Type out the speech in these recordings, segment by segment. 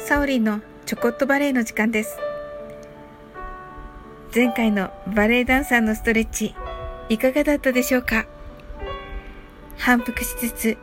サオリンのちょこっとバレエの時間です。前回のバレエダンサーのストレッチいかがだったでしょうか。反復しつつ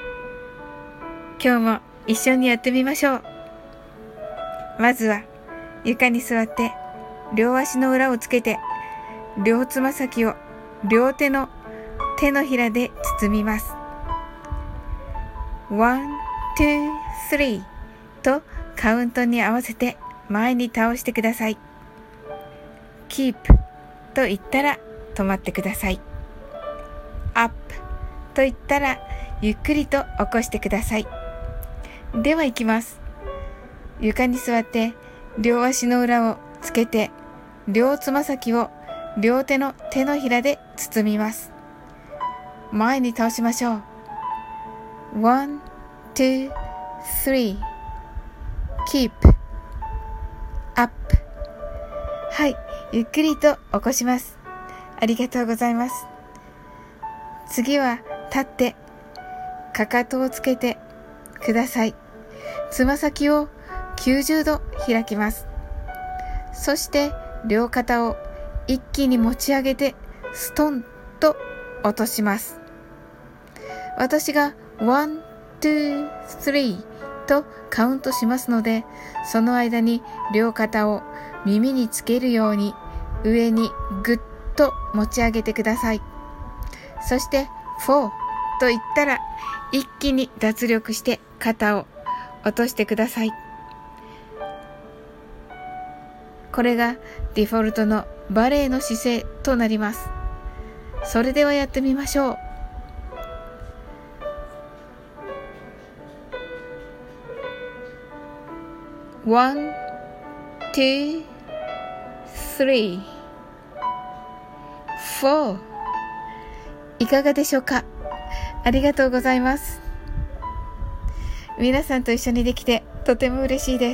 今日も一緒にやってみましょう。まずは床に座って両足の裏をつけて両つま先を両手の手のひらで包みます。1、2、3とカウントに合わせて前に倒してください。キープと言ったら止まってください。アップと言ったらゆっくりと起こしてください。では行きます。床に座って両足の裏をつけて両つま先を両手の手のひらで包みます。前に倒しましょう。1、2、3 Keep Up。 はい、ゆっくりと起こします。ありがとうございます。次は立ってかかとをつけてください。つま先を90度開きます。そして両肩を一気に持ち上げてストンと落とします。私が1、2、3とカウントしますので、その間に両肩を耳につけるように上にぐっと持ち上げてください。そして4と言ったら一気に脱力して肩を落としてください。これがデフォルトのバレエの姿勢となります。それではやってみましょう。1、2、3、4。いかがでしょうか。ありがとうございます。皆さんと一緒にできてとても嬉しいです。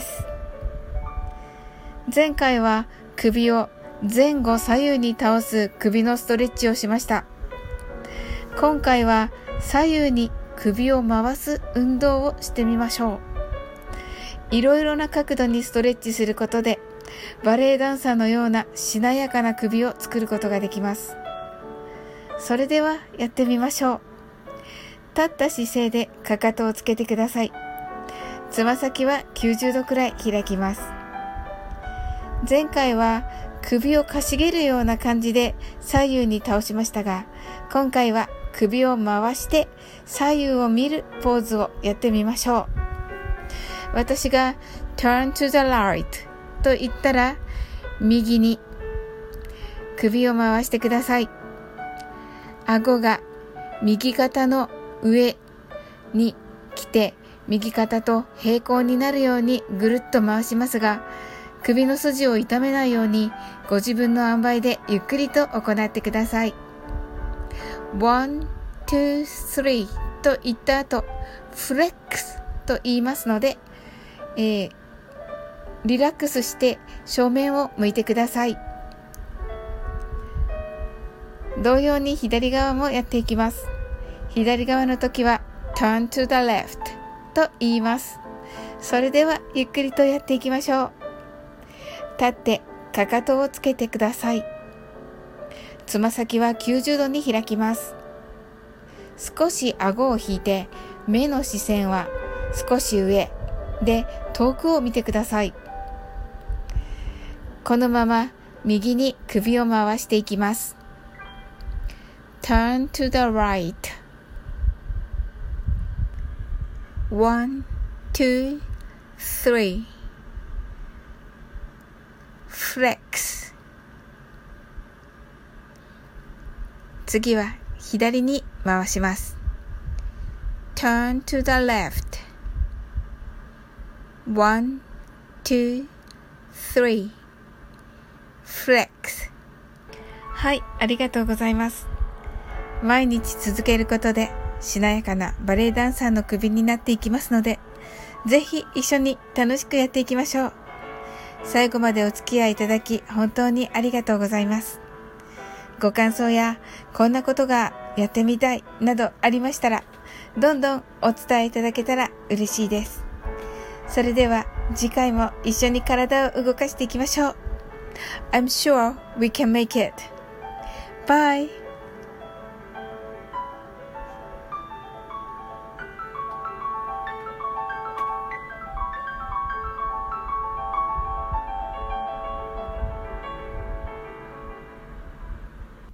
前回は首を前後左右に倒す首のストレッチをしました。今回は左右に首を回す運動をしてみましょう。いろいろな角度にストレッチすることでバレエダンサーのようなしなやかな首を作ることができます。それではやってみましょう。立った姿勢でかかとをつけてください。つま先は90度くらい開きます。前回は首をかしげるような感じで左右に倒しましたが、今回は首を回して左右を見るポーズをやってみましょう。私が Turn to the right と言ったら右に首を回してください。顎が右肩の上に来て右肩と平行になるようにぐるっと回しますが、首の筋を痛めないようにご自分の塩梅でゆっくりと行ってください。1、2、3と言った後、フレックスと言いますので、リラックスして正面を向いてください。同様に左側もやっていきます。左側の時は Turn to the left と言います。それではゆっくりとやっていきましょう。立ってかかとをつけてください。つま先は90度に開きます。少し顎を引いて目の視線は少し上で遠くを見てください。このまま右に首を回していきます。Turn to the right 1、2、3 Flex。 次は左に回します。 Turn to the left 1、2、3 Flex。 はい、ありがとうございます。毎日続けることでしなやかなバレエダンサーの首になっていきますので、ぜひ一緒に楽しくやっていきましょう。最後までお付き合いいただき本当にありがとうございます。ご感想やこんなことがやってみたいなどありましたら、どんどんお伝えいただけたら嬉しいです。それでは次回も一緒に体を動かしていきましょう。I'm sure we can make it. Bye!